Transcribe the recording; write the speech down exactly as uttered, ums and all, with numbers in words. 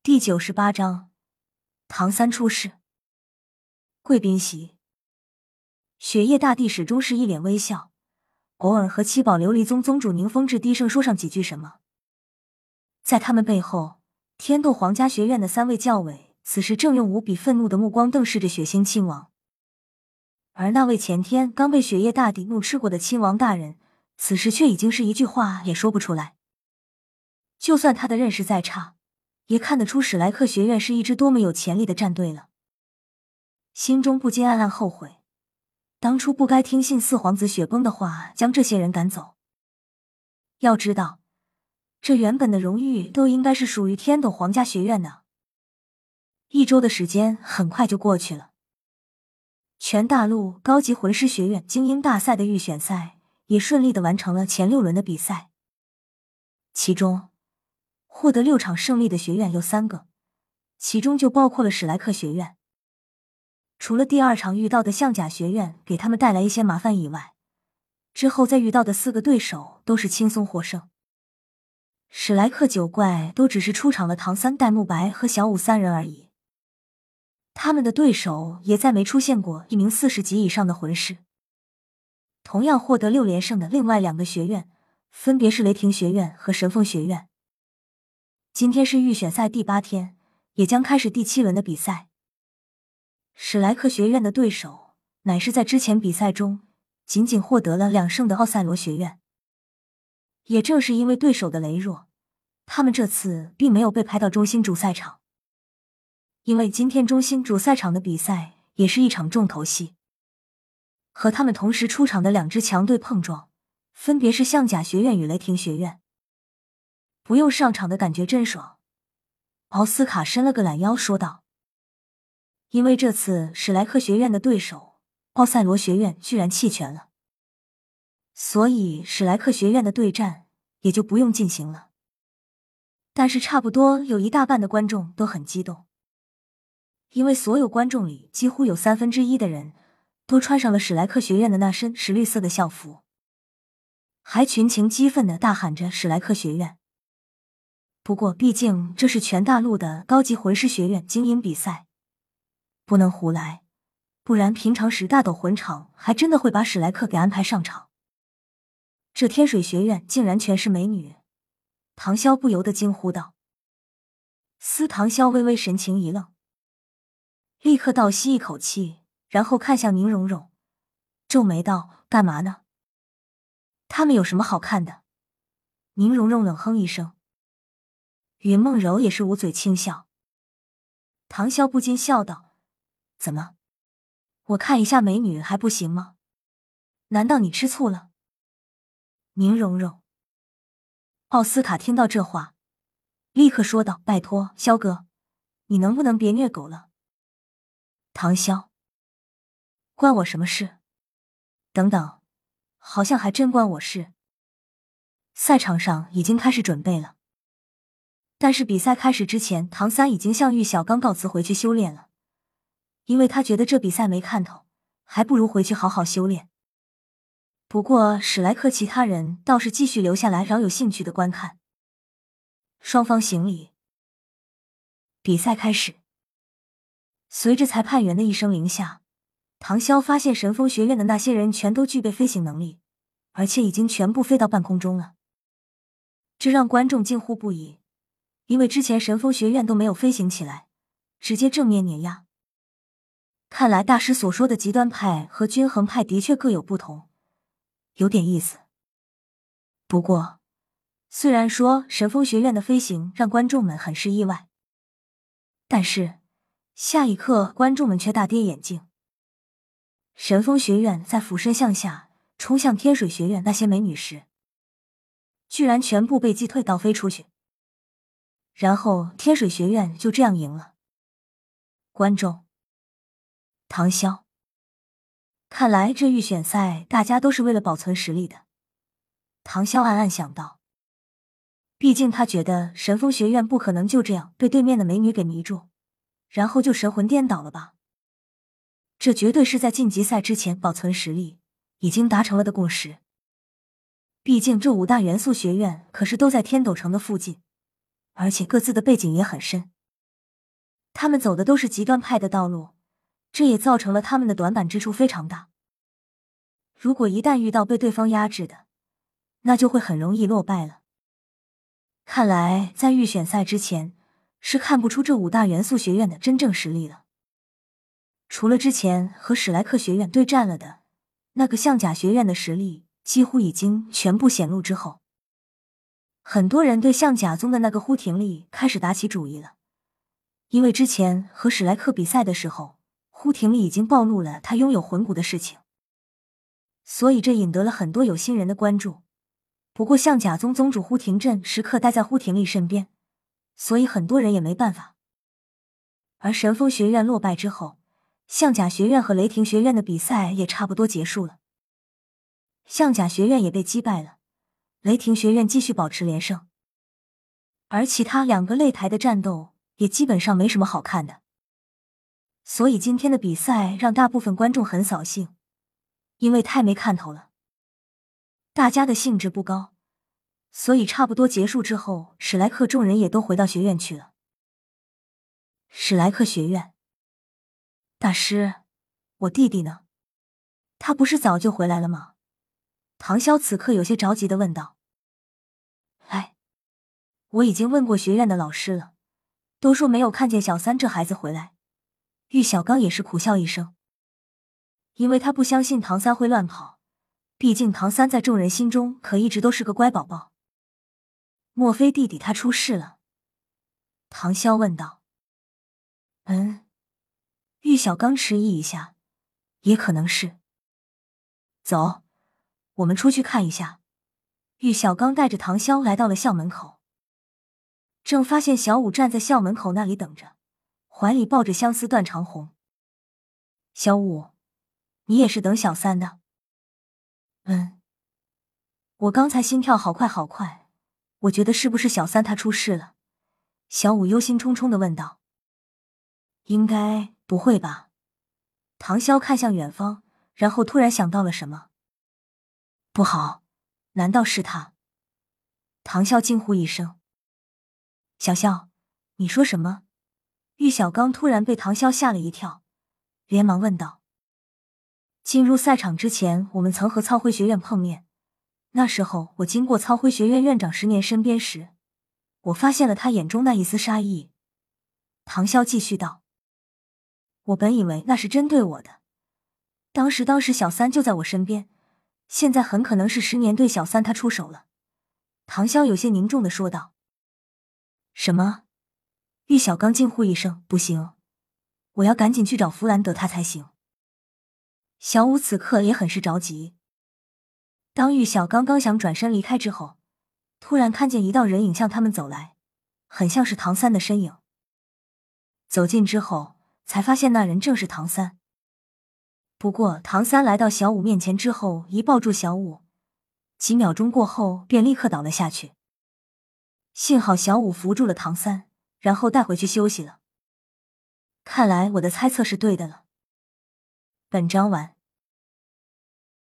第九十八章，唐三出世。贵宾席，雪夜大帝始终是一脸微笑，偶尔和七宝琉璃宗宗主宁风致低声说上几句什么。在他们背后，天斗皇家学院的三位教委此时正用无比愤怒的目光瞪视着雪星亲王，而那位前天刚被雪夜大帝怒斥过的亲王大人，此时却已经是一句话也说不出来。就算他的认识再差，也看得出史莱克学院是一支多么有潜力的战队了，心中不禁暗暗后悔，当初不该听信四皇子雪崩的话，将这些人赶走。要知道，这原本的荣誉都应该是属于天斗皇家学院的。一周的时间很快就过去了，全大陆高级魂师学院精英大赛的预选赛也顺利的完成了前六轮的比赛，其中获得六场胜利的学院有三个，其中就包括了史莱克学院。除了第二场遇到的象甲学院给他们带来一些麻烦以外，之后再遇到的四个对手都是轻松获胜。史莱克九怪都只是出场了唐三、戴沐白和小舞三人而已，他们的对手也再没出现过一名四十级以上的魂师。同样获得六连胜的另外两个学院分别是雷霆学院和神风学院。今天是预选赛第八天，也将开始第七轮的比赛。史莱克学院的对手乃是在之前比赛中仅仅获得了两胜的奥赛罗学院。也正是因为对手的羸弱，他们这次并没有被派到中心主赛场。因为今天中心主赛场的比赛也是一场重头戏，和他们同时出场的两支强队碰撞，分别是象甲学院与雷霆学院。不用上场的感觉真爽，奥斯卡伸了个懒腰说道。因为这次史莱克学院的对手奥赛罗学院居然弃权了，所以史莱克学院的对战也就不用进行了。但是差不多有一大半的观众都很激动，因为所有观众里几乎有三分之一的人都穿上了史莱克学院的那身石绿色的校服，还群情激愤地大喊着史莱克学院。不过毕竟这是全大陆的高级魂师学院精英比赛，不能胡来，不然平常时大斗魂场还真的会把史莱克给安排上场。这天水学院竟然全是美女，唐潇不由得惊呼道。司唐潇微微神情一愣，立刻倒吸一口气，然后看向宁荣荣，皱眉道：干嘛呢？他们有什么好看的？宁荣荣冷哼一声，云梦柔也是捂嘴轻笑。唐潇不禁笑道：怎么，我看一下美女还不行吗？难道你吃醋了？宁荣荣。奥斯卡听到这话，立刻说道：拜托，萧哥，你能不能别虐狗了？唐潇，关我什么事？等等，好像还真关我事。赛场上已经开始准备了，但是比赛开始之前，唐三已经向玉小刚告辞回去修炼了，因为他觉得这比赛没看头，还不如回去好好修炼。不过史莱克其他人倒是继续留下来，饶有兴趣的观看。双方行礼，比赛开始。随着裁判员的一声令下，唐潇发现神风学院的那些人全都具备飞行能力，而且已经全部飞到半空中了。这让观众惊呼不已，因为之前神风学院都没有飞行起来，直接正面碾压。看来大师所说的极端派和均衡派的确各有不同，有点意思。不过虽然说神风学院的飞行让观众们很是意外，但是下一刻观众们却大跌眼镜。神风学院在俯身向下冲向天水学院那些美女时，居然全部被击退倒飞出去，然后天水学院就这样赢了。观众，唐潇，看来这预选赛大家都是为了保存实力的。唐潇暗暗想到，毕竟他觉得神风学院不可能就这样被对面的美女给迷住，然后就神魂颠倒了吧。这绝对是在晋级赛之前保存实力已经达成了的共识。毕竟这五大元素学院可是都在天斗城的附近，而且各自的背景也很深。 他们走的都是极端派的道路，这也造成了他们的短板之处非常大。如果一旦遇到被对方压制的，那就会很容易落败了。看来在预选赛之前是看不出这五大元素学院的真正实力了。除了之前和史莱克学院对战了的那个象甲学院的实力几乎已经全部显露之后，很多人对象甲宗的那个呼廷力开始打起主意了。因为之前和史莱克比赛的时候，呼廷力已经暴露了他拥有魂骨的事情，所以这引得了很多有心人的关注。不过象甲宗宗主呼廷震时刻待在呼廷力身边，所以很多人也没办法。而神风学院落败之后，象甲学院和雷霆学院的比赛也差不多结束了。象甲学院也被击败了，雷霆学院继续保持连胜。而其他两个擂台的战斗也基本上没什么好看的。所以今天的比赛让大部分观众很扫兴，因为太没看头了。大家的兴致不高，所以差不多结束之后，史莱克众人也都回到学院去了。史莱克学院，大师，我弟弟呢？他不是早就回来了吗？唐潇此刻有些着急地问道。哎，我已经问过学院的老师了，都说没有看见小三这孩子回来。玉小刚也是苦笑一声，因为他不相信唐三会乱跑，毕竟唐三在众人心中可一直都是个乖宝宝。莫非弟弟他出事了？唐潇问道。嗯，玉小刚迟疑一下，也可能是。走，我们出去看一下。玉小刚带着唐潇来到了校门口，正发现小五站在校门口那里等着，怀里抱着相思断肠红。小五，你也是等小三的？嗯，我刚才心跳好快好快，我觉得是不是小三他出事了？小五忧心忡忡地问道。应该不会吧？唐潇看向远方，然后突然想到了什么。不好，难道是他？唐潇惊呼一声。小潇，你说什么？玉小刚突然被唐潇吓了一跳，连忙问道。进入赛场之前，我们曾和操辉学院碰面，那时候我经过操辉学院院长十年身边时，我发现了他眼中那一丝杀意。唐潇继续道。我本以为那是针对我的，当时当时小三就在我身边，现在很可能是十年对小三他出手了。唐潇有些凝重地说道。什么？玉小刚惊呼一声，不行，我要赶紧去找弗兰德他才行。小五此刻也很是着急。当玉小刚刚想转身离开之后，突然看见一道人影向他们走来，很像是唐三的身影。走近之后才发现那人正是唐三。不过唐三来到小五面前之后，一抱住小五，几秒钟过后便立刻倒了下去。幸好小五扶住了唐三，然后带回去休息了。看来我的猜测是对的了。本章完。